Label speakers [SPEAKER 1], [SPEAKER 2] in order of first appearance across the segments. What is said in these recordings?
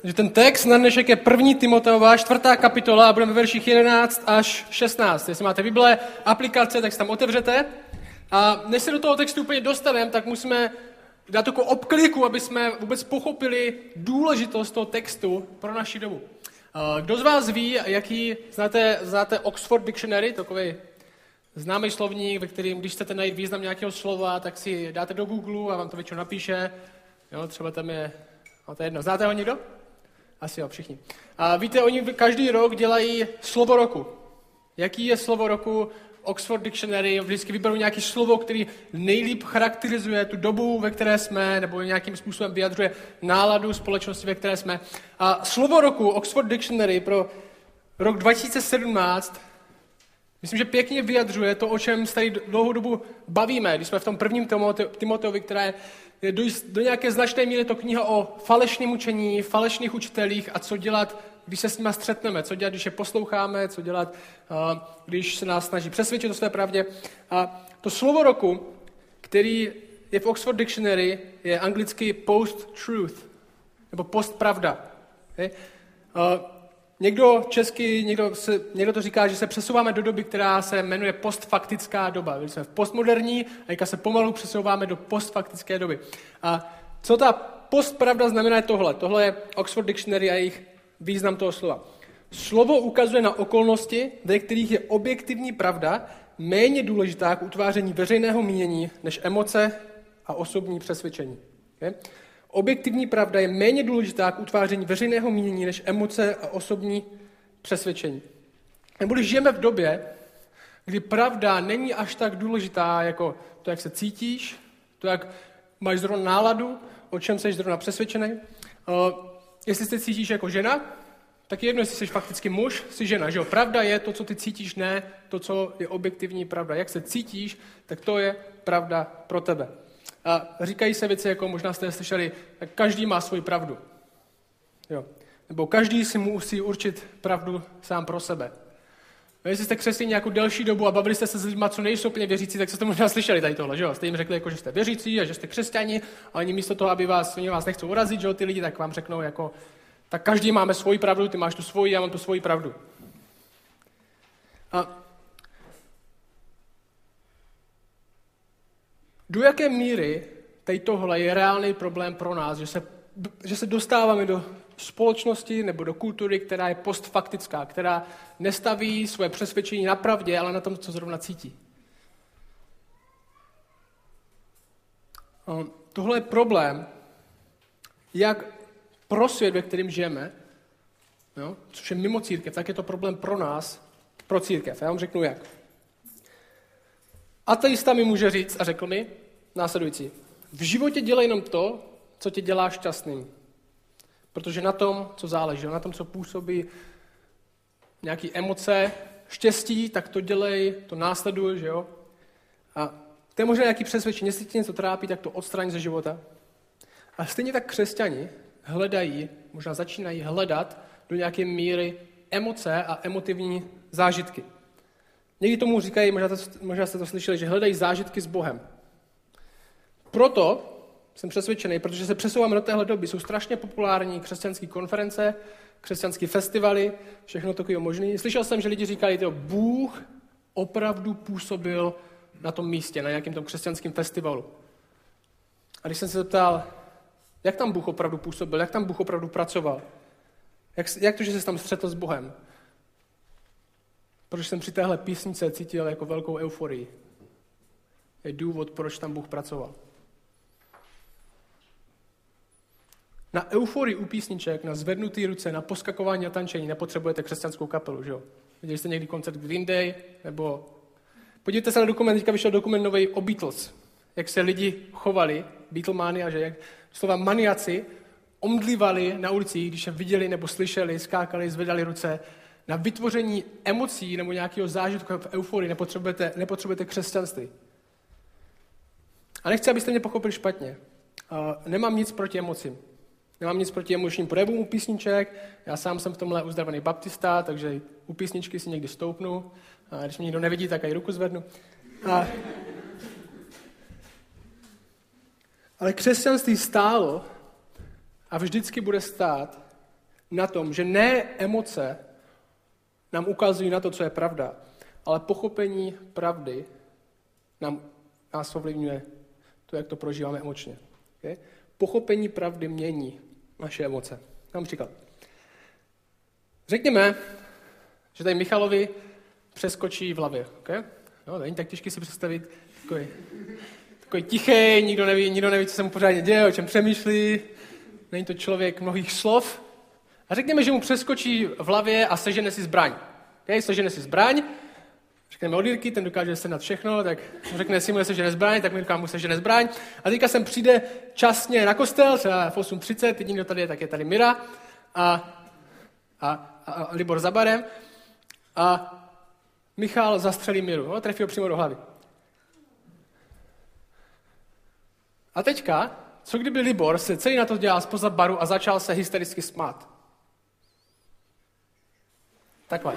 [SPEAKER 1] že ten text na dnešek je 1. Timoteova, 4. kapitola a budeme ve verších 11 až 16. Jestli máte Bible, aplikace, tak si tam otevřete. A než se do toho textu úplně dostaneme, tak musíme dát takovou obkliku, aby jsme vůbec pochopili důležitost toho textu pro naši dobu. Kdo z vás ví, jaký znáte Oxford Dictionary, takový známý slovník, ve kterým, když chcete najít význam nějakého slova, tak si dáte do Google a vám to většinou napíše. Jo, třeba tam je, to je jedno. Znáte ho někdo? Asi jo, všichni. A víte, oni každý rok dělají slovo roku. Jaký je slovo roku? Oxford Dictionary vždycky vyberou nějaké slovo, který nejlíp charakterizuje tu dobu, ve které jsme, nebo nějakým způsobem vyjadřuje náladu společnosti, ve které jsme. A slovo roku Oxford Dictionary pro rok 2017, myslím, že pěkně vyjadřuje to, o čem se tady dlouhou dobu bavíme, když jsme v tom 1. Timoteovi, která je do nějaké značné míry to kniha o falešném učení, falešných učitelích a co dělat, když se s nimi střetneme, co dělat, když je posloucháme, co dělat, když se nás snaží přesvědčit o své pravdě. A to slovo roku, který je v Oxford Dictionary, je anglicky post-truth, nebo post-pravda. Někdo česky, někdo to říká, že se přesouváme do doby, která se jmenuje postfaktická doba. Byli jsme v postmoderní a teďka se pomalu přesouváme do postfaktické doby. A co ta postpravda znamená je tohle. Tohle je Oxford Dictionary a jejich význam toho slova. Slovo ukazuje na okolnosti, ve kterých je objektivní pravda méně důležitá k utváření veřejného mínění než emoce a osobní přesvědčení. Okay? Objektivní pravda je méně důležitá k utváření veřejného mínění než emoce a osobní přesvědčení. Nebo když žijeme v době, kdy pravda není až tak důležitá jako to, jak se cítíš, to, jak máš zrovna náladu, o čem jsi zrovna přesvědčený. Jestli se cítíš jako žena, tak je jedno, jestli jsi fakticky muž, jsi žena. Že jo? Pravda je to, co ty cítíš, ne to, co je objektivní pravda. Jak se cítíš, tak to je pravda pro tebe. A říkají se věci, jako možná jste slyšeli, tak každý má svoji pravdu. Jo. Nebo každý si musí určit pravdu sám pro sebe. No, jestli jste křesťané nějakou delší dobu a bavili jste se s lidmi, co nejsou úplně věřící, tak jste to možná slyšeli tady tohle, že jo? Jste jim řekli, jako, že jste věřící a že jste křesťani, a oni místo toho, aby oni vás nechcou urazit, že jo, ty lidi, tak vám řeknou, jako, tak každý máme svoji pravdu, ty máš tu svoji, já mám tu svoji pravdu. A do jaké míry tady tohle je reálný problém pro nás, že se dostáváme do společnosti nebo do kultury, která je postfaktická, která nestaví svoje přesvědčení na pravdě, ale na tom, co zrovna cítí. Tohle je problém, jak pro svět, ve kterém žijeme, jo, což je mimo církev, tak je to problém pro nás, pro církev. Já vám řeknu jak. Ateista mi může říct a řekl mi následující. V životě dělej jenom to, co tě dělá šťastným. Protože na tom, co záleží, na tom, co působí nějaké emoce, štěstí, tak to dělej, to následuj, že jo. A to je možná nějaký přesvědčení, jestli tě něco trápí, tak to odstraň ze života. A stejně tak křesťani hledají, možná začínají hledat do nějaké míry emoce a emotivní zážitky. Někdy tomu říkají, možná jste to slyšeli, že hledají zážitky s Bohem. Proto jsem přesvědčený, protože se přesouváme do téhle doby, jsou strašně populární křesťanské konference, křesťanské festivaly, všechno takového možné. Slyšel jsem, že lidi říkali, že Bůh opravdu působil na tom místě, na nějakém tom křesťanském festivalu. A když jsem se zeptal, jak tam Bůh opravdu působil, jak tam Bůh opravdu pracoval, jak to, že jsi tam střetl s Bohem, protože jsem při téhle písnice cítil jako velkou euforii. Je důvod, proč tam Bůh pracoval. Na euforii u písniček, na zvednutý ruce, na poskakování a tančení nepotřebujete křesťanskou kapelu, že jo? Viděli jste někdy koncert Green Day? Nebo podívejte se na dokument, teďka vyšel dokument nový o Beatles. Jak se lidi chovali, Beatlemania, že jak slova maniaci omdlívali na ulicích, když je viděli nebo slyšeli, skákali, zvedali ruce. Na vytvoření emocí nebo nějakého zážitku v euforii nepotřebujete křesťanství. A nechci, abyste mě pochopili špatně. Nemám nic proti emocím. Nemám nic proti emočním projevům u písniček. Já sám jsem v tomhle uzdravený baptista, takže u písničky si někdy stoupnu. A když mě nikdo nevidí, tak i ruku zvednu. Ale křesťanství stálo a vždycky bude stát na tom, že ne emoce nám ukazují na to, co je pravda, ale pochopení pravdy nás ovlivňuje to, jak to prožíváme emočně. Okay? Pochopení pravdy mění naše emoce. Dám příklad. Řekněme, že tady Michalovi přeskočí v hlavě. Okay? No, není tak těžké si představit. Takový tichý, nikdo neví, co se mu pořádně děje, o čem přemýšlí. Není to člověk mnohých slov. A řekněme, že mu přeskočí v hlavě a sežene si zbraň. Okay? Sežene si zbraň. Řekneme od Jirky, ten dokáže sehnat všechno, tak řekne Simone sežene zbraň, tak Mirka mu sežene zbraň. A teďka sem přijde časně na kostel, třeba v 8:30, teď kdo tady je, tak je tady Mira a Libor za barem. A Michal zastřelí Miru, no, trefí ho přímo do hlavy. A teďka, co kdyby Libor se celý na to dělal zpoza baru a začal se hystericky smát? Takhle.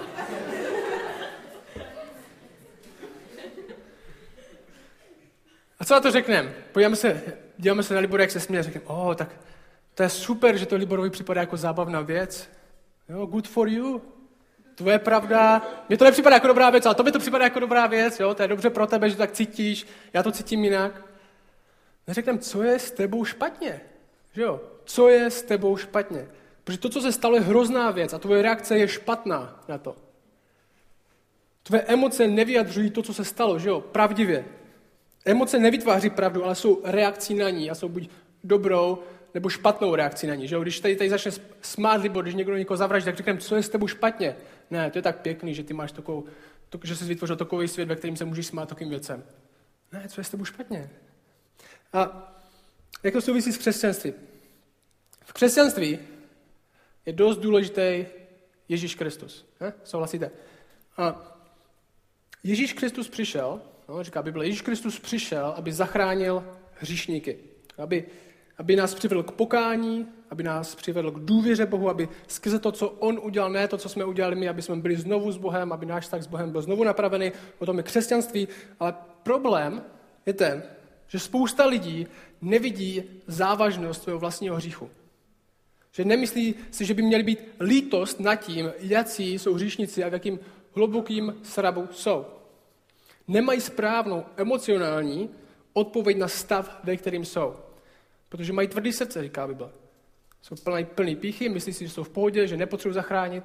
[SPEAKER 1] A co na to řekneme? Díváme se na Libora, jak se směje, řekneme, tak to je super, že to Liborovi připadá jako zábavná věc. Jo, good for you. To je pravda. Mně to nepřipadá jako dobrá věc, ale tobě to připadá jako dobrá věc, jo, to je dobře pro tebe, že to tak cítíš, já to cítím jinak. Neřekneme, co je s tebou špatně, že jo? Co je s tebou špatně? Protože to, co se stalo, je hrozná věc a tvoje reakce je špatná na to. Tvoje emoce nevyjadřují to, co se stalo, že jo? Pravdivě. Emoce nevytváří pravdu, ale jsou reakcí na ní a jsou buď dobrou nebo špatnou reakcí na ní. Že jo? Když tady začne smát Libor, když někdo někoho zavraždí, tak řekneme, co je s tebou špatně. Ne, to je tak pěkný, že ty máš že jsi vytvořil takový svět, ve kterém se můžeš smát takovým věcem. Ne, co je s tebou špatně. A jak to souvisí s křesťanstvím? V křesťanství je dost důležitý Ježíš Kristus. Souhlasíte? A Ježíš Kristus přišel, říká Bible, Ježíš Kristus přišel, aby zachránil hříšníky. Aby nás přivedl k pokání, aby nás přivedl k důvěře Bohu, aby skrze to, co on udělal, ne to, co jsme udělali my, aby jsme byli znovu s Bohem, aby náš vztah s Bohem byl znovu napravený. O tom je křesťanství. Ale problém je ten, že spousta lidí nevidí závažnost svého vlastního hříchu. Že nemyslí si, že by měli být lítost nad tím, jací jsou hříšníci a v jakým hlubokým srabu jsou. Nemají správnou emocionální odpověď na stav, ve kterým jsou. Protože mají tvrdý srdce, říká Bible. Jsou plný pýchy, myslí si, že jsou v pohodě, že nepotřebují zachránit.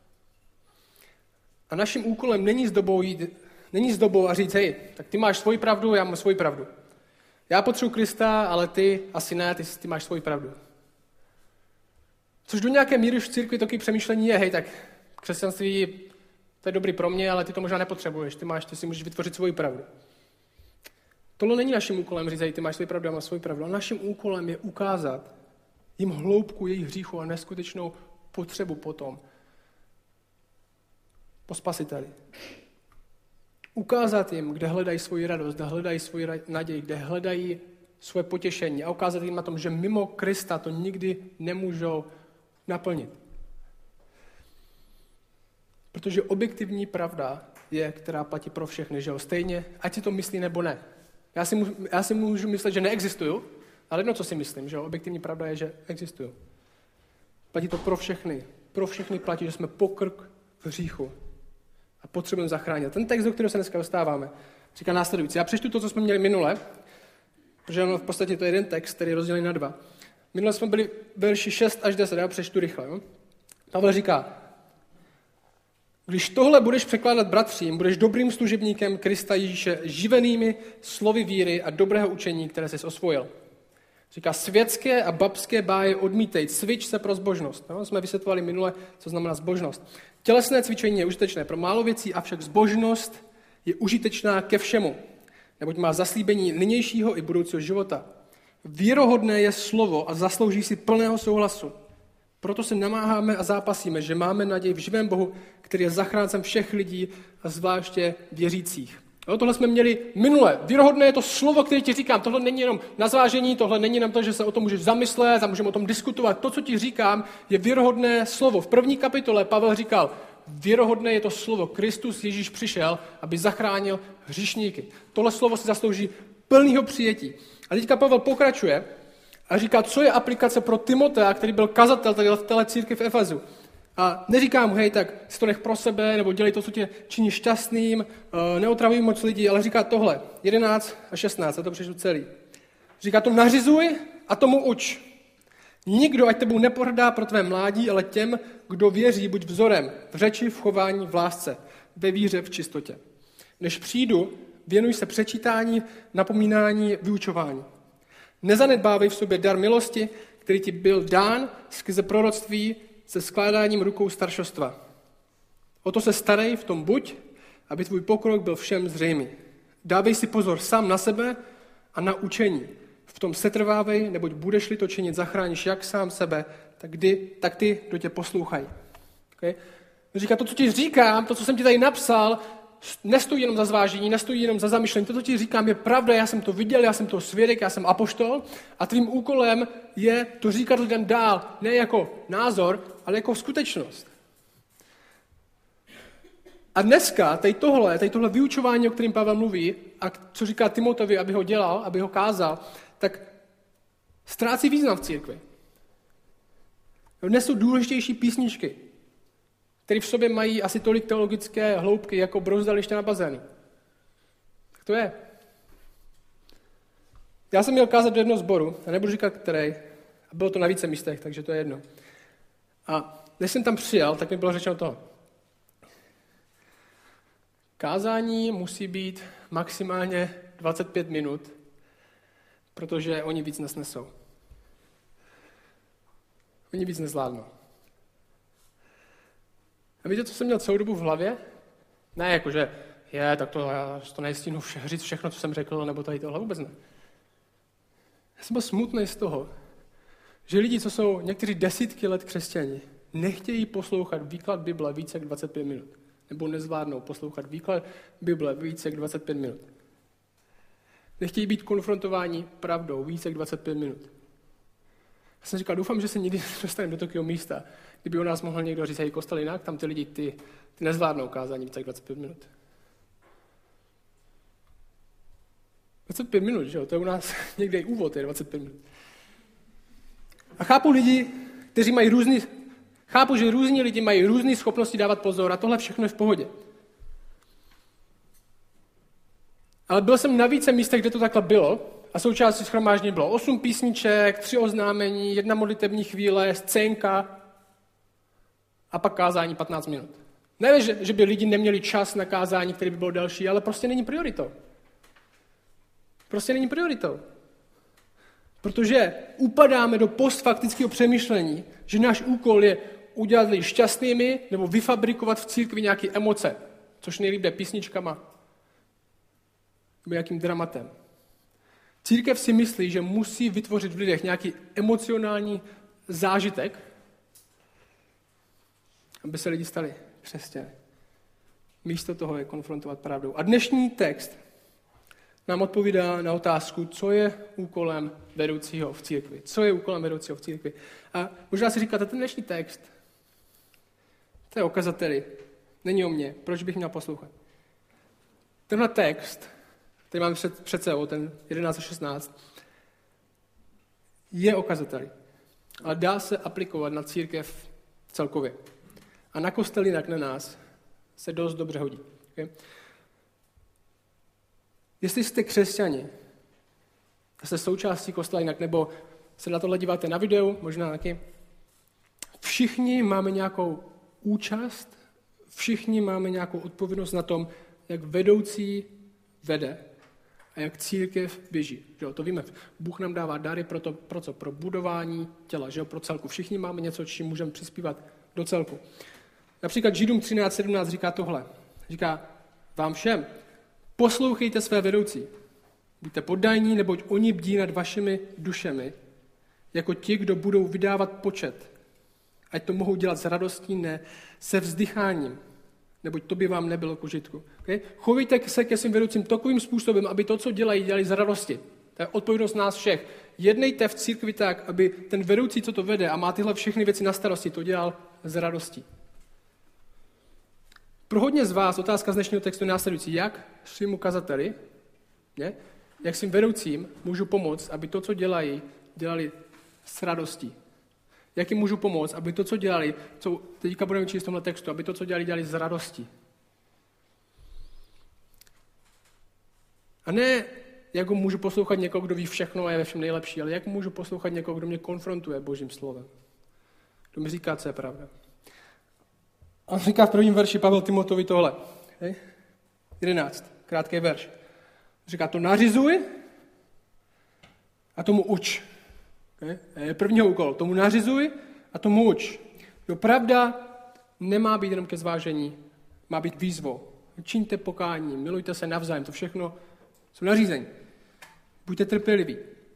[SPEAKER 1] A naším úkolem není s dobou a říct, hej, tak ty máš svoji pravdu, já mám svoji pravdu. Já potřebuji Krista, ale ty asi ne, ty máš svoji pravdu. Což do nějaké míry v církvi takový přemýšlení je, hej, tak křesťanství, to je dobrý pro mě, ale ty to možná nepotřebuješ, ty si můžeš vytvořit svoji pravdu. Tohle není naším úkolem říct, hej, ty máš svoji pravdu, já mám svoji pravdu, ale naším úkolem je ukázat jim hloubku jejich hříchu a neskutečnou potřebu potom po spasiteli. Ukázat jim, kde hledají svoji radost, kde hledají svoji naději, kde hledají svoje potěšení a ukázat jim na tom, že mimo Krista to nikdy nemůžou naplnit. Protože objektivní pravda je, která platí pro všechny, že jo? Stejně, ať si to myslí nebo ne. Já si můžu myslet, že neexistuju, ale jedno, co si myslím, že jo? Objektivní pravda je, že existuju. Platí to pro všechny. Pro všechny platí, že jsme pokrk v hříchu a potřebujeme zachránit. Ten text, do kterého se dneska dostáváme, říká následující. Já přečtu to, co jsme měli minule, protože v podstatě to je jeden text, který je rozdělený na dva. Minule jsme byli verši 6 až 10, já přečtu rychle. Jo? Pavel říká, když tohle budeš překládat bratřím, budeš dobrým služebníkem Krista Ježíše, živenými slovy víry a dobrého učení, které jsi osvojil. Říká, světské a babské báje odmítej, cvič se pro zbožnost. No, jsme vysvětlovali minule, co znamená zbožnost. Tělesné cvičení je užitečné pro málo věcí, avšak zbožnost je užitečná ke všemu, neboť má zaslíbení nynějšího i budoucího života. Věrohodné je slovo a zaslouží si plného souhlasu. Proto se namáháme a zápasíme, že máme naději v živém Bohu, který je zachráncem všech lidí a zvláště věřících. Jo, tohle jsme měli minule. Věrohodné je to slovo, které ti říkám. Tohle není jenom na zvážení, tohle není jenom to, že se o tom můžeš zamyslet a můžeme o tom diskutovat. To, co ti říkám, je věrohodné slovo. V první kapitole Pavel říkal, věrohodné je to slovo. Kristus Ježíš přišel, aby zachránil hříšníky. Tohle slovo si zaslouží plného přijetí. A teďka Pavel pokračuje A říká, co je aplikace pro Timotea, který byl kazatel tady v téhle církvi v Efezu. A neříká mu, hej, tak si to nech pro sebe, nebo dělej to, co tě činí šťastným, neotravuj moc lidí, ale říká tohle, 11 a 16, já to přečtu celý. Říká, to nařizuj a tomu uč. Nikdo ať tebou nepohrdá pro tvé mládí, ale těm, kdo věří, buď vzorem, v řeči, v chování, v lásce, ve víře, v čistotě. Než přijdu, věnuj se přečítání, napomínání, vyučování. Nezanedbávej v sobě dar milosti, který ti byl dán skrze proroctví se skládáním rukou staršostva. O to se starej, v tom buď, aby tvůj pokrok byl všem zřejmý. Dávej si pozor sám na sebe a na učení. V tom setrvávej, neboť budeš-li to činit, zachráníš jak sám sebe, tak ty, kdo tě poslouchají. Okay? Říká, to, co ti říkám, to, co jsem ti tady napsal, nestojí jenom za zvážení, nestojí jenom za zamyšlení. To, co ti říkám, je pravda, já jsem to viděl, já jsem to svědek, já jsem apoštol a tvým úkolem je to říkat lidem dál, ne jako názor, ale jako skutečnost. A dneska, tady tohle vyučování, o kterém Pavel mluví, a co říká Timoteovi, aby ho dělal, aby ho kázal, tak ztrácí význam v církvi. Dnes jsou důležitější písničky, které v sobě mají asi tolik teologické hloubky, jako brouzdaliště na bazénu. Tak to je. Já jsem měl kázat do jednoho sboru, a nebudu říkat který, a bylo to na více místech, takže to je jedno. A než jsem tam přijel, tak mi bylo řečeno toho. Kázání musí být maximálně 25 minut, protože oni víc nesnesou. Oni víc nezvládnou. A víte, co jsem měl celou dobu v hlavě? Ne, jakože, tak to já to nejstínu říct všechno, co jsem řekl, nebo tady tohle, vůbec ne. Já jsem byl smutný z toho, že lidi, co jsou někteří desítky let křesťani, nechtějí poslouchat výklad Bible více jak 25 minut. Nebo nezvládnou poslouchat výklad Bible více jak 25 minut. Nechtějí být konfrontováni pravdou více jak 25 minut. Já jsem říkal, doufám, že se nikdy dostaneme do takového místa, kdyby o nás mohl někdo říct, hej, kostel jinak, tam ty lidi, ty nezvládnou kázání více jak 25 minut. 25 minut, že jo? To je u nás někde i úvod, je 25 minut. A chápu lidi, kteří mají chápu, že různí lidi mají různé schopnosti dávat pozor a tohle všechno je v pohodě. Ale byl jsem na více místech, kde to takhle bylo a součástí shromáždění bylo 8 písniček, 3 oznámení, 1 modlitební chvíle, scénka a pak kázání 15 minut. Ne, že by lidi neměli čas na kázání, který by bylo delší, ale prostě není prioritou. Prostě není prioritou. Protože upadáme do postfaktického přemýšlení, že náš úkol je udělat lidi šťastnými nebo vyfabrikovat v církvi nějaké emoce, což nejlíp jde písničkama nebo nějakým dramatem. Církev si myslí, že musí vytvořit v lidech nějaký emocionální zážitek, aby se lidi stali křesťany. Místo toho je konfrontovat pravdou. A dnešní text nám odpovídá na otázku, co je úkolem vedoucího v církvi. Co je úkolem vedoucího v církvi? A možná si říkáte, ten dnešní text, to je o kazateli, není o mně, proč bych měl poslouchat? Tenhle text, který mám před sebou, ten 11 a 16, je o kazateli. Ale dá se aplikovat na církev celkově. A na kostel jinak na nás se dost dobře hodí. Okay? Jestli jste křesťani a jste součástí kostela jinak, nebo se na tohle díváte na videu, možná taky, všichni máme nějakou účast, všichni máme nějakou odpovědnost na tom, jak vedoucí vede a jak církev běží. Že to víme, Bůh nám dává dary pro co? Pro budování těla, že pro celku. Všichni máme něco, čím můžeme přispívat do celku. Například Židům 13:17 říká tohle. Říká vám všem, poslouchejte své vedoucí. Buďte poddajní, neboť oni bdí nad vašimi dušemi, jako ti, kdo budou vydávat počet. Ať to mohou dělat s radostí, ne se vzdycháním, neboť to by vám nebylo k užitku. Okay? Chovejte se ke svým vedoucím takovým způsobem, aby to, co dělají z radosti. To je odpovědnost nás všech. Jednejte v církvi tak, aby ten vedoucí, co to vede a má tyhle všechny věci na starosti, to dělal s radostí. Pro hodně z vás otázka z dnešního textu je následující. Jak svým kazateli, jak svým vedoucím můžu pomoct, aby to, co dělají, dělali s radostí. Jak jim můžu pomoct, aby to, co dělali, co teďka budeme číst v tomhle textu, aby to, co dělali s radostí. A ne, jak můžu poslouchat někoho, kdo ví všechno a je ve všem nejlepší, ale jak můžu poslouchat někoho, kdo mě konfrontuje Božím slovem. Kdo mi říká, co je pravda. A on říká v prvním verši Pavel Timotovi tohle. 11, krátký verš. Říká, to nařizuj a tomu uč. Prvního úkol, tomu nařizuj a tomu uč. Jo, pravda nemá být jenom ke zvážení, má být výzvou. Čiňte pokání, milujte se navzájem, to všechno jsou nařízení. Buďte trpěliví.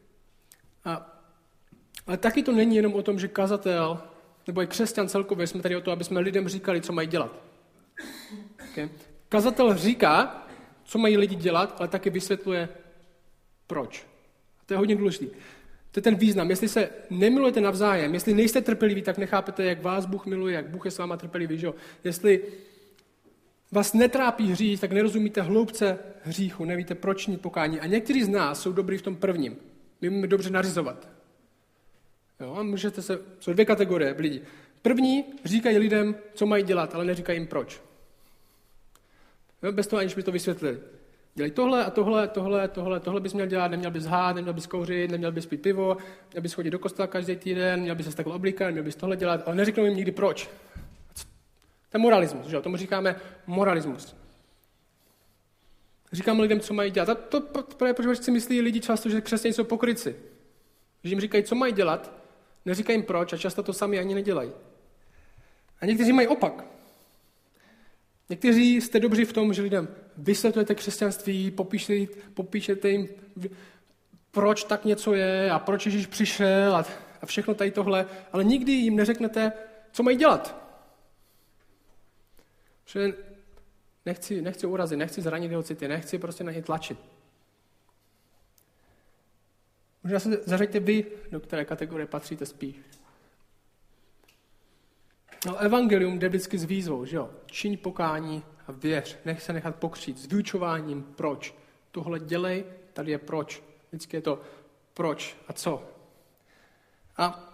[SPEAKER 1] Ale taky to není jenom o tom, že kazatel, nebo i křesťan celkově, jsme tady o to, aby jsme lidem říkali, co mají dělat. Okay? Kazatel říká, co mají lidi dělat, ale taky vysvětluje, proč. A to je hodně důležité. To je ten význam. Jestli se nemilujete navzájem, jestli nejste trpěliví, tak nechápete, jak vás Bůh miluje, jak Bůh je s váma trpělivý. Že? Jestli vás netrápí hřích, tak nerozumíte hloubce hříchu, nevíte, proč činit pokání. A někteří z nás jsou dobrý v tom prvním. My umíme dobře nařizovat. Jo? A můžete jsou dvě kategorie lidí. První říkají lidem, co mají dělat, ale neříkají jim proč. Jo? Bez toho, aniž by to vysvětlili. Dělej tohle a tohle bys měl dělat, neměl bys lhát, neměl bys kouřit, neměl bys pít pivo, měl bys chodit do kostela každý týden, měl bys se takhle oblíkat, měl bys tohle dělat, ale neřeknou jim nikdy proč. To je moralismus, že jo? Tomu říkáme moralismus. Říkáme lidem, co mají dělat. A to právě protože si myslí lidi často, že křesťané jsou pokrytci. Že jim říkají, co mají dělat, neříkají jim proč a často to sami ani nedělají. A někteří mají opak. Někteří jste dobří v tom, že lidem vysvětlujete křesťanství, popíšete jim, proč tak něco je a proč Ježíš přišel a všechno tady tohle, ale nikdy jim neřeknete, co mají dělat. Protože nechci urazit, nechci zranit jeho city, nechci prostě na ně tlačit. Možná se zařaďte vy, do které kategorie patříte spíš. No, evangelium jde vždycky s výzvou, že jo? Čiň pokání a věř, nech se nechat pokřít, s vyučováním proč. Tohle dělej, tady je proč. Vždycky je to proč a co. A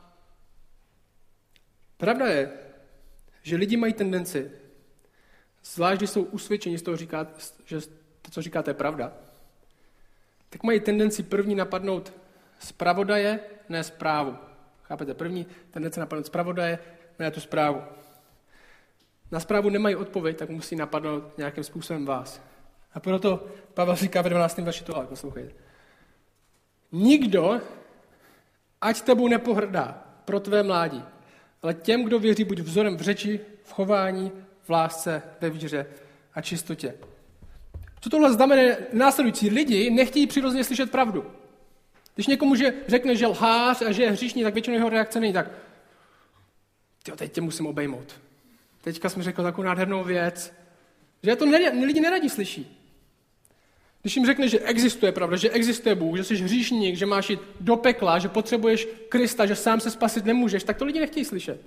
[SPEAKER 1] pravda je, že lidi mají tendenci, zvlášť když jsou usvědčeni z toho říkat, že to, co říkáte, je pravda, tak mají tendenci první napadnout zpravodaje, ne zprávu. Chápete? První tendence napadnout zpravodaje, ne tu zprávu. Na zprávu nemají odpověď, tak musí napadnout nějakým způsobem vás. A proto Pavel říká ve 12. verši tohle, poslouchejte. Nikdo, ať tebou nepohrdá pro tvé mládí, ale těm, kdo věří, buď vzorem v řeči, v chování, v lásce, ve víře a čistotě. Co tohle znamená? Následující lidi nechtějí přirozeně slyšet pravdu. Když někomu řekne, že lhář a že je hříšný, tak většinou jeho reakce není tak, teď tě musím obejmout. Teďka jsem řekl takovou nádhernou věc, že to lidi neradi slyší. Když jim řekne, že existuje pravda, že existuje Bůh, že jsi hříšník, že máš jít do pekla, že potřebuješ Krista, že sám se spasit nemůžeš, tak to lidi nechtějí slyšet.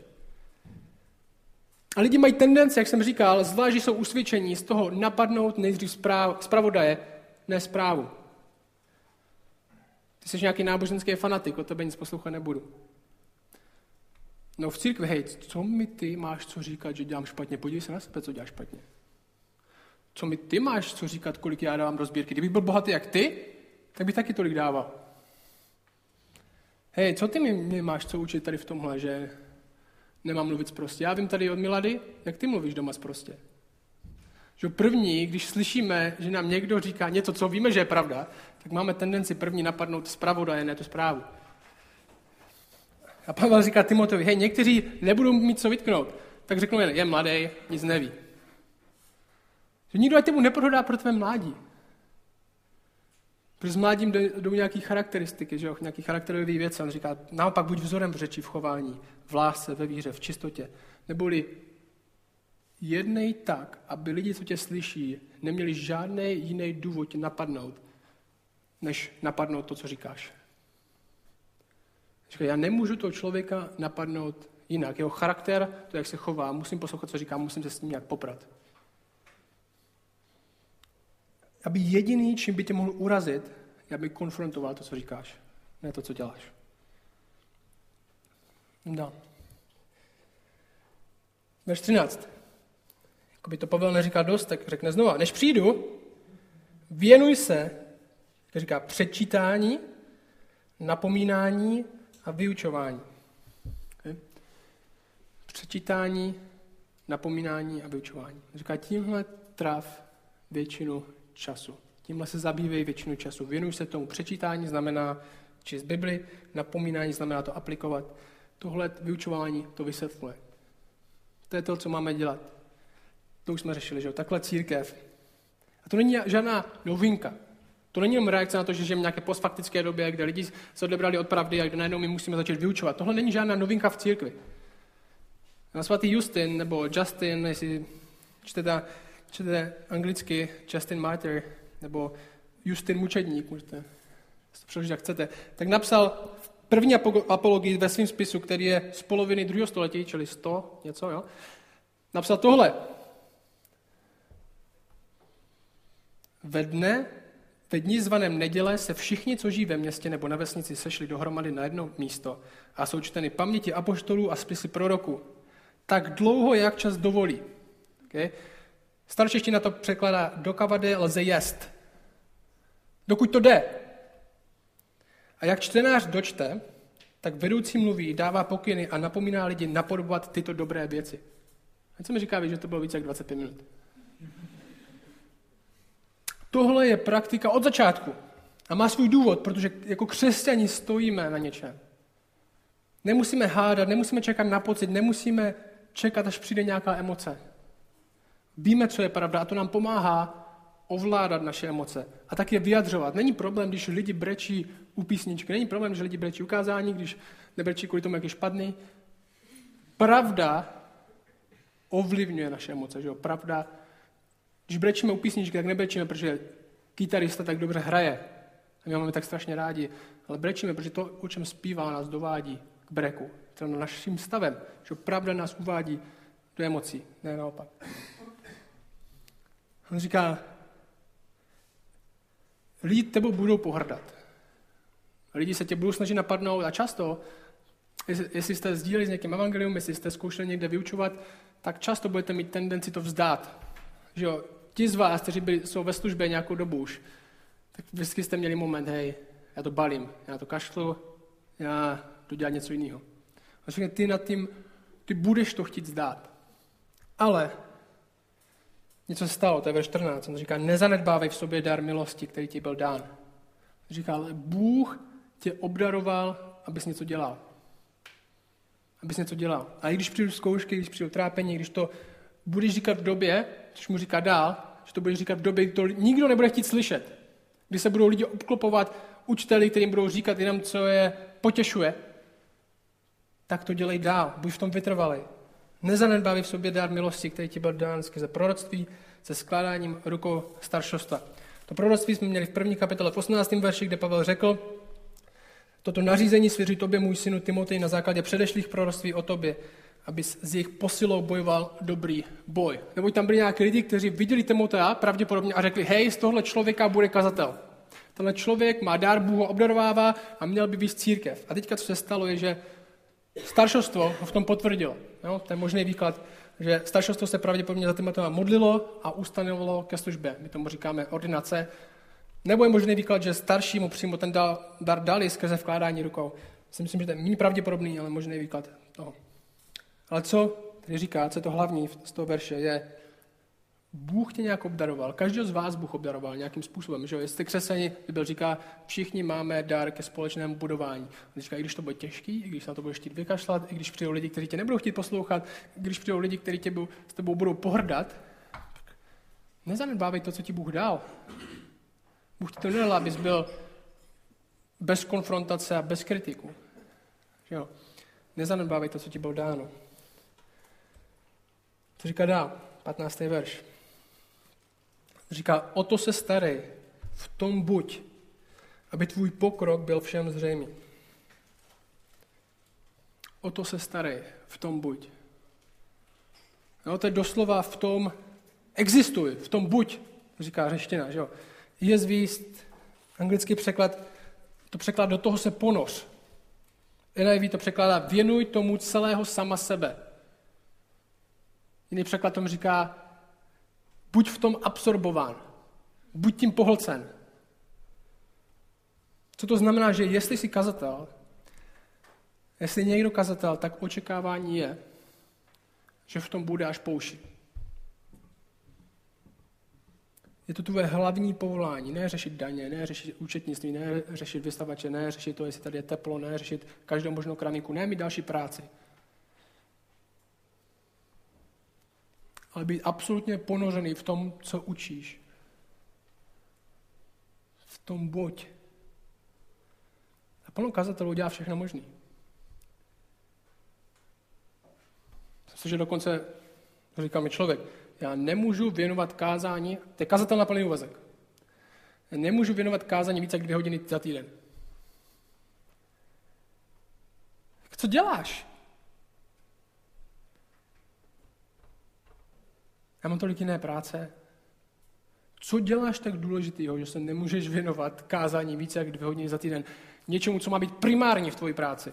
[SPEAKER 1] A lidi mají tendenci, jak jsem říkal, zvlášť, že jsou usvědčení, z toho napadnout nejdřív zpravodaje, ne zprávu. Ty jsi nějaký náboženský fanatik, o tebe nic poslouchat nebudu. No v církvi, hej, co mi ty máš co říkat, že dělám špatně? Podívej se na sebe, co děláš špatně. Co mi ty máš co říkat, kolik já dávám do sbírky? Kdybych byl bohatý jak ty, tak bych taky tolik dával. Hej, co ty mi máš co učit tady v tomhle, že nemám mluvit sprostě? Já vím tady od Milady, jak ty mluvíš doma sprostě. Že první, když slyšíme, že nám někdo říká něco, co víme, že je pravda, tak máme tendenci první napadnout zpravodaje, ne tu zprávu. A Pavel říká Timoteovi, hej, někteří nebudou mít co vytknout, tak řeknou jen, je mladý, nic neví. Že nikdo ať temu neprohodá pro tvé mládí. Protože s mládím jdou nějaké charakteristiky, že jo, nějaké charakterové věci. On říká, naopak buď vzorem v řeči, v chování, v lásce, ve víře, v čistotě. Neboli jednej tak, aby lidi, co tě slyší, neměli žádný jiný důvod tě napadnout, než napadnout to, co říkáš. Říká, já nemůžu toho člověka napadnout jinak. Jeho charakter, to, jak se chová, musím poslouchat, co říká, musím se s ním nějak poprat. Aby jediný, čím by tě mohl urazit, aby konfrontoval to, co říkáš, ne to, co děláš. No. Verš 13. Jakoby to Pavel neříká dost, tak řekne znova. Než přijdu, věnuj se, jak říká, předčítání, napomínání a vyučování. Okay? Předčítání, napomínání a vyučování. Říká, tímhle tráv většinu času. Tímhle se zabývej většinu času. Věnuj se tomu. Přečítání znamená číst Bibli, napomínání znamená to aplikovat. Tohle vyučování to vysvětluje. To je to, co máme dělat. To už jsme řešili, že jo? Takhle církev. A to není žádná novinka. To není jenom reakce na to, že žijeme v nějaké postfaktické době, kde lidi se odebrali od pravdy a kde najednou my musíme začít vyučovat. Tohle není žádná novinka v církvi. A svatý Justin, nebo Justin, jestli čtete anglicky Justin Martyr, nebo Justin Mučedník, můžete to přeložit, jak chcete, tak napsal první apologii ve svém spisu, který je z poloviny 2. století, čili 100 něco, jo? Napsal tohle. Ve dni zvaném neděle se všichni, co žijí ve městě nebo na vesnici, sešli dohromady na jedno místo a jsou čteny paměti apoštolů a spisy proroků. Tak dlouho, jak čas dovolí. Okay? Starčeština to překládá dokavade lze jest. Dokud to jde. A jak čtenář dočte, tak vedoucí mluví, dává pokyny a napomíná lidi napodobovat tyto dobré věci. A co mi říká, že to bylo více jak 25 minut. Tohle je praktika od začátku. A má svůj důvod, protože jako křesťani stojíme na něčem. Nemusíme hádat, nemusíme čekat na pocit, nemusíme čekat, až přijde nějaká emoce. Víme, co je pravda a to nám pomáhá ovládat naše emoce a tak je vyjadřovat. Není problém, když lidi brečí u písničky, není problém, když lidi brečí u kázání, když nebrečí kvůli tomu, jak je špatný. Pravda ovlivňuje naše emoce, že jo? Pravda, když brečíme u písničky, tak nebrečíme, protože kytarista tak dobře hraje. A my máme tak strašně rádi, ale brečíme, protože to, o čem zpívá, nás dovádí k breku. To je naším stavem, že pravda nás uvádí do emocí, ne naopak. On říká, lidi tebou budou pohrdat. Lidi se tě budou snažit napadnout a často, jestli jste sdíleli s někým evangelium, jestli jste zkoušeli někde vyučovat, tak často budete mít tendenci to vzdát. Že jo, ti z vás, kteří jsou ve službě nějakou dobu už, tak vždycky jste měli moment, hej, já to balím, já to kašlu, já jdu dělat něco jiného. A říká, ty nad tím, ty budeš to chtít vzdát. Ale něco se stalo, to je verš 14, on říká, nezanedbávej v sobě dar milosti, který ti byl dán. On říká, ale Bůh tě obdaroval, abys něco dělal. Abys něco dělal. A i když přijdu zkoušky, když přijdu trápení, když to budeš říkat v době, což mu říká dál, že to budeš říkat v době, kdy to nikdo nebude chtít slyšet. Kdy se budou lidi obklopovat učiteli, kterým budou říkat jenom, co je potěšuje, tak to dělej dál, buď v tom vytrvalej. Nezanedbávej v sobě dar milosti, který ti byl dán skrze proroctví, se skládáním rukou staršostva. To proroctví jsme měli v 1. kapitole v 18. verši, kde Pavel řekl, toto nařízení svěří tobě, můj synu Timotej, na základě předešlých proroctví o tobě, abys s jejich posilou bojoval dobrý boj. Nebo tam byli nějaký lidi, kteří viděli Timotea pravděpodobně a řekli, hej, z tohle člověka bude kazatel. Tenhle člověk má dár, Bůh ho obdarovává a měl by být církev. A teďka, co se stalo, je, že staršostvo ho v tom potvrdilo. Jo? To je možný výklad, že staršostvo se pravděpodobně za Timotea modlilo a ustanovilo ke službě. My tomu říkáme ordinace. Nebo je možný výklad, že starší mu přímo ten dar dali skrze vkládání rukou. Myslím, že to je méně pravděpodobný, ale možný výklad toho. Ale co tady říká, co je to hlavní z toho verše, je, Bůh tě nějak obdaroval. Každého z vás Bůh obdaroval nějakým způsobem. Že? Jestli jste křesťani, Bible říká, všichni máme dar ke společnému budování. On říká, i když to bude těžký, i když se na to budeš chtít vykašlat, i když přijdou lidi, kteří tě nebudou chtít poslouchat, i když přijdou lidi, kteří s tebou budou pohrdat, nezanedbávej to, co ti Bůh dal. Bůh ti to nedal, abys byl bez konfrontace a bez kritiku. Že jo? Nezanedbávej to, co ti bylo dáno. Co říká dál? 15. verš. Říká, o to se starej, v tom buď, aby tvůj pokrok byl všem zřejmý. O to se starej, v tom buď. No, to je doslova v tom existuj, v tom buď, říká řeština, že jo. ESV, anglický překlad, to překlad do toho se ponoř. NIV to překládá, věnuj tomu celého sama sebe. Jiný překlad tomu říká, buď v tom absorbován, buď tím pohlcen. Co to znamená, že jestli jsi kazatel, jestli někdo kazatel, tak očekávání je, že v tom bude až po uši. Je to tvoje hlavní povolání, ne řešit daně, ne řešit účetnictví, ne řešit vystavače, ne řešit to, jestli tady je teplo, ne řešit každou možnou kraniku, ne mít další práci. Ale být absolutně ponořený v tom, co učíš. V tom buď. A plno kazatelů dělá všechno možné. Protože dokonce, říká mi člověk, já nemůžu věnovat kázání, to je kazatel na plný úvazek. Já nemůžu věnovat kázání více jak 2 hodiny za týden. Co děláš? Já mám tolik jiné práce. Co děláš tak důležitého, že se nemůžeš věnovat kázání více jak 2 hodiny za týden? Něčemu, co má být primární v tvojí práci.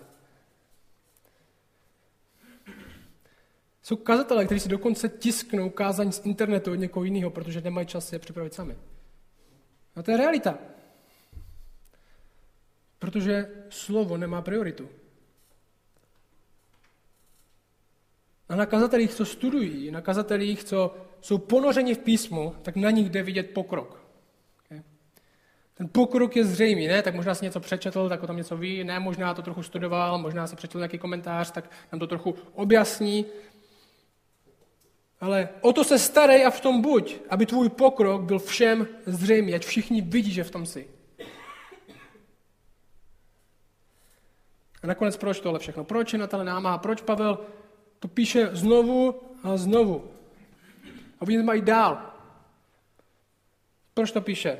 [SPEAKER 1] Jsou kazatelé, kteří si dokonce tisknou kázání z internetu od někoho jiného, protože nemají čas si je připravit sami. A to je realita. Protože slovo nemá prioritu. A na kazatelích, co studují, na kazatelích, co jsou ponořeni v písmu, tak na nich jde vidět pokrok. Okay? Ten pokrok je zřejmý, ne? Tak možná si něco přečetl, tak o tom něco ví, ne? Možná to trochu studoval, možná si přečetl nějaký komentář, tak nám to trochu objasní. Ale o to se starej a v tom buď, aby tvůj pokrok byl všem zřejmý, ať všichni vidí, že v tom jsi. A nakonec proč tohle všechno? Proč je na tahle námaha? Proč Pavel to píše znovu a znovu? A oni mají dál. Proč to píše?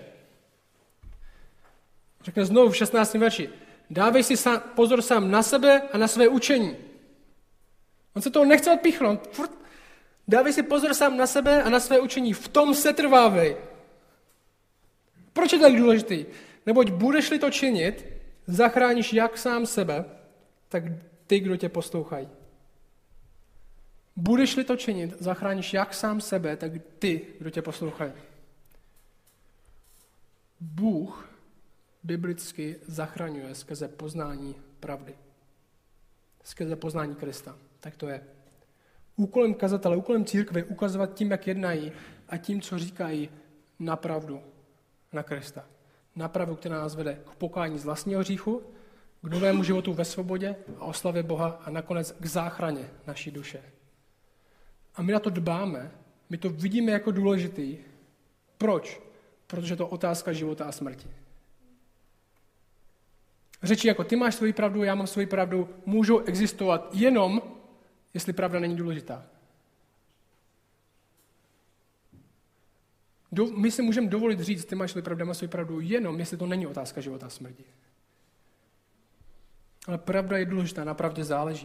[SPEAKER 1] Řekne znovu v 16. verši. Dávej si pozor sám na sebe a na své učení. On se toho nechce odpíchnout. Dávej si pozor sám na sebe a na své učení. V tom se trvávej. Proč je to tak důležitý? Neboť budeš-li to činit, zachráníš jak sám sebe, tak ty, kdo tě poslouchají. Budeš-li to činit, zachráníš jak sám sebe, tak ty, kdo tě poslouchají. Bůh biblicky zachraňuje skrze poznání pravdy. Skrze poznání Krista. Tak to je. Úkolem kazatele, úkolem církve je ukazovat tím, jak jednají a tím, co říkají, na pravdu, na Krista. Na pravdu, která nás vede k pokání z vlastního hříchu, k novému životu ve svobodě a oslavě Boha a nakonec k záchraně naší duše. A my na to dbáme, my to vidíme jako důležitý. Proč? Protože to je otázka života a smrti. Řeči jako ty máš svoji pravdu, já mám svoji pravdu, můžou existovat jenom, jestli pravda není důležitá. My si můžeme dovolit říct, ty máš svoji pravdu, já mám svoji pravdu, jenom jestli to není otázka života a smrti. Ale pravda je důležitá, na pravdě záleží.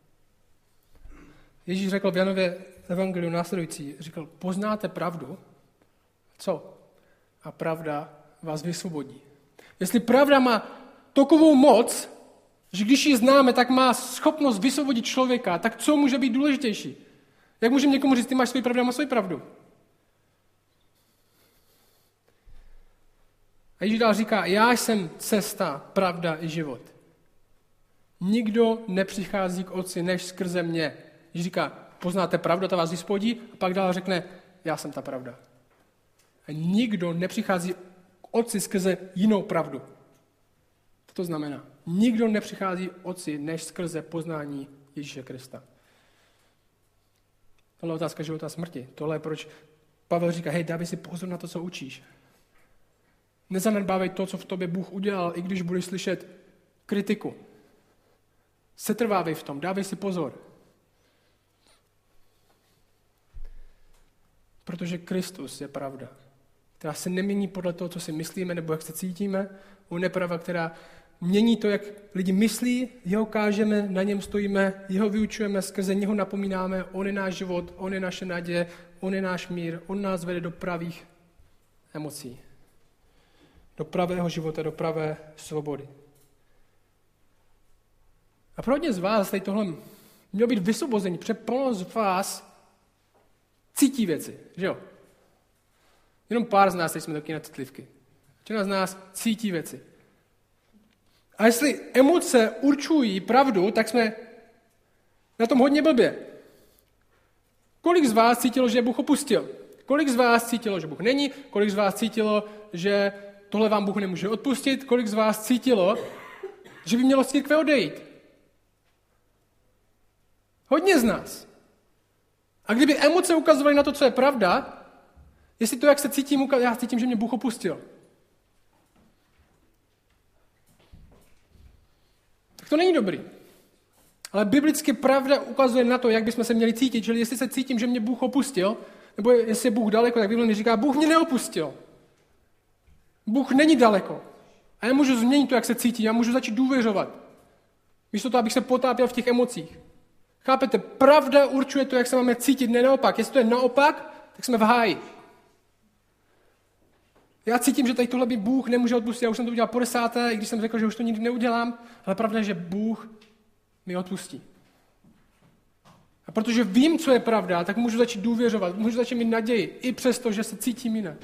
[SPEAKER 1] Ježíš řekl v Janově evangeliu následující, říkal, poznáte pravdu, co? A pravda vás vysvobodí. Jestli pravda má takovou moc, že když ji známe, tak má schopnost vysvobodit člověka, tak co může být důležitější? Jak můžeme někomu říct, ty máš svoji pravdu, já mám svoji pravdu? A Ježíš dál říká, já jsem cesta, pravda i život. Nikdo nepřichází k Otci, než skrze mě. Ježíš říká, poznáte pravdu, ta vás vysvobodí, a pak dál řekne, já jsem ta pravda. A nikdo nepřichází k Otci skrze jinou pravdu. Co to znamená? Nikdo nepřichází k Otci, než skrze poznání Ježíše Krista. Tohle je otázka života a smrti. Tohle je proč Pavel říká, hej, dávej si pozor na to, co učíš. Nezanedbávej to, co v tobě Bůh udělal, i když budeš slyšet kritiku. Setrvávej v tom, dávej si pozor. Protože Kristus je pravda, která se nemění podle toho, co si myslíme nebo jak se cítíme. On je pravda, která mění to, jak lidi myslí, jeho kážeme, na něm stojíme, jeho vyučujeme, skrze něho napomínáme, on je náš život, on je naše naděje, on je náš mír, on nás vede do pravých emocí, do pravého života, do pravé svobody. A pro hodně z vás tady tohle mělo být vysvobození, protože plno z vás cítí věci, že jo? Jenom pár z nás, teď jsme taky na citlivky. Většina z nás cítí věci. A jestli emoce určují pravdu, tak jsme na tom hodně blbě. Kolik z vás cítilo, že Bůh opustil? Kolik z vás cítilo, že Bůh není? Kolik z vás cítilo, že tohle vám Bůh nemůže odpustit? Kolik z vás cítilo, že by mělo z církve odejít? Hodně z nás. A kdyby emoce ukazovaly na to, co je pravda, jestli to, jak se cítím, já cítím, že mě Bůh opustil. Tak to není dobrý. Ale biblicky pravda ukazuje na to, jak bychom se měli cítit. Čili jestli se cítím, že mě Bůh opustil, nebo jestli je Bůh daleko, tak Bible mi říká, Bůh mě neopustil. Bůh není daleko. A já můžu změnit to, jak se cítím. Já můžu začít důvěřovat. Místo toho, abych se potápěl v těch emocích. Chápete? Pravda určuje to, jak se máme cítit, ne naopak. Jestli to je naopak, tak jsme v háji. Já cítím, že tady tohle by Bůh nemůže odpustit. Já už jsem to udělal po 10. i když jsem řekl, že už to nikdy neudělám. Ale pravda je, že Bůh mi odpustí. A protože vím, co je pravda, tak můžu začít důvěřovat, můžu začít mít naději, i přesto, že se cítím jinak.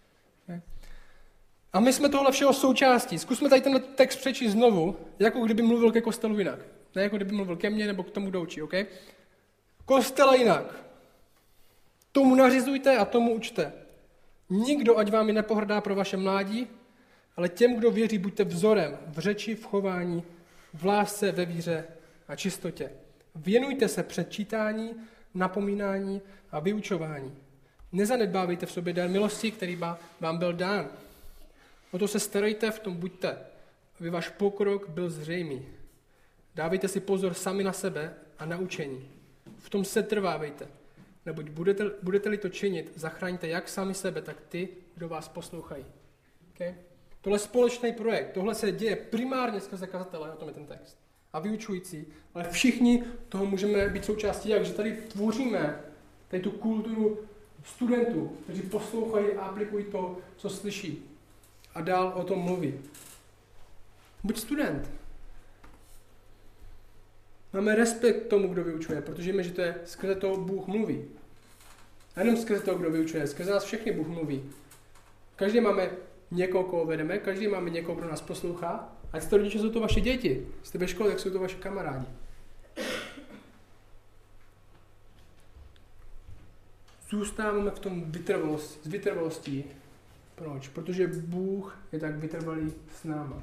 [SPEAKER 1] A my jsme tohle všeho součástí. Zkusme tady ten text přečíst znovu, jako kdyby mluvil ke kostelu jinak. Ne jako kdyby mluvil ke mně nebo k tomu, kdo učí, ok? Kostela jinak. Tomu nařizujte a tomu učte. Nikdo, ať vám nepohrdá pro vaše mládí, ale těm, kdo věří, buďte vzorem v řeči, v chování, v lásce, ve víře a čistotě. Věnujte se předčítání, napomínání a vyučování. Nezanedbávejte v sobě dar milosti, který vám byl dán. O to se starejte, v tom buďte, aby váš pokrok byl zřejmý. Dávejte si pozor sami na sebe a na učení. V tom se trvávejte, neboť budete-li to činit, zachraňte jak sami sebe, tak ty, kdo vás poslouchají. Okay? Tohle je společný projekt, tohle se děje primárně skrze kazatele, o tom je ten text. A vyučující, ale všichni toho můžeme být součástí, jak že tady tvoříme tady tu kulturu studentů, kteří poslouchají a aplikují to, co slyší. A dál o tom mluví. Buď student. Máme respekt k tomu, kdo vyučuje, protože víme, že to je skrze toho Bůh mluví. A jenom skrze toho, kdo vyučuje, skrze nás všechny Bůh mluví. Každý máme někoho, koho vedeme, každý máme někoho, kdo nás poslouchá. Ať jste rodiče, jsou to vaše děti. Jste ve škole, tak jsou to vaše kamarádi. Zůstáváme v tom vytrvalostí. Proč? Protože Bůh je tak vytrvalý s náma.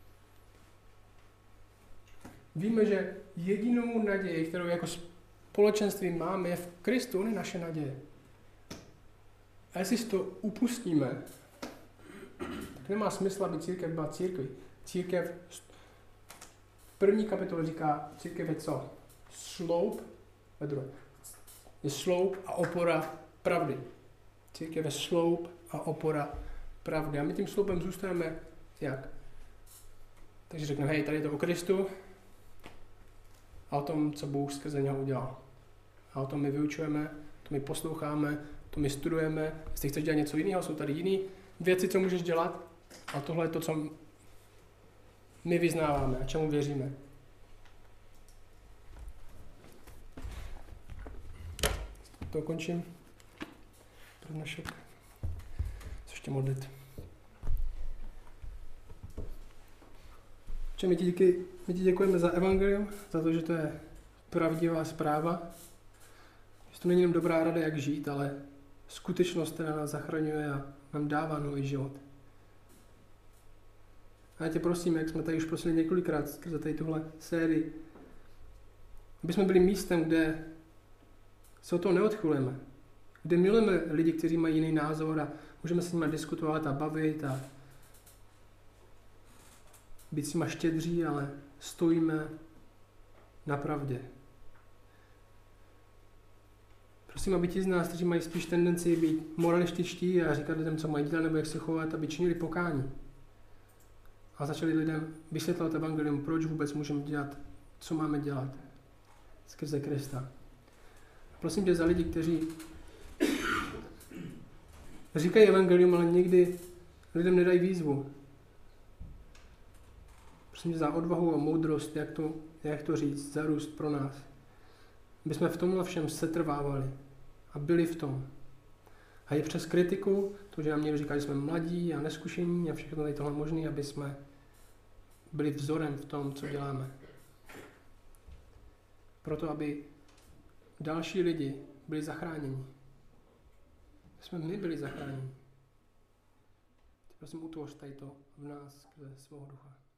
[SPEAKER 1] Víme, že jedinou naději, kterou jako společenství máme, je v Kristu, on je naše naděje. A jestli si to upustíme, tak nemá smysl, aby církev byla církví. Církev v první kapitole říká, církev je co? Sloup, ve druhé. Je sloup a opora pravdy. Církev je sloup a opora pravdy. A my tím sloupem zůstaneme jak? Takže řekneme, hej, tady je to o Kristu a o tom, co Bůh skrze něho udělal. A o tom my vyučujeme, to my posloucháme, to my studujeme. Jestli chceš dělat něco jiného, jsou tady jiné věci, co můžeš dělat. A tohle je to, co my vyznáváme a čemu věříme. To končím pro dnešek. Co ještě modlit? My ti děkujeme za evangelium, za to, že to je pravdivá zpráva. Že to není jenom dobrá rada, jak žít, ale skutečnost, která nás zachraňuje a nám dává nový život. A já tě prosím, jak jsme tady už prosili několikrát skrze tady tuhle sérii, aby jsme byli místem, kde se o toho neodchylujeme. Kde milujeme lidi, kteří mají jiný názor a můžeme s nimi diskutovat a bavit a být s nimi štědří, ale stojíme na pravdě. Prosím, aby ti z nás, kteří mají spíš tendenci být moralističtí a říkat lidem, co mají dělat nebo jak se chovat, aby činili pokání. A začali lidem vysvětlovat evangelium, proč vůbec můžeme dělat, co máme dělat skrze Krista. Prosím tě za lidi, kteří říkají evangelium, ale někdy lidem nedají výzvu. Prosím tě za odvahu a moudrost, jak to říct, za růst pro nás. Aby jsme v tomhle všem setrvávali a byli v tom. A i přes kritiku, to, že nám někdo říká, že jsme mladí a neskušení a všechno tady tohle možné, aby jsme byli vzorem v tom, co děláme. Proto, aby další lidi byli zachráněni. Aby jsme my byli zachráněni. Prosím, utvoř tady to v nás skrze svého ducha.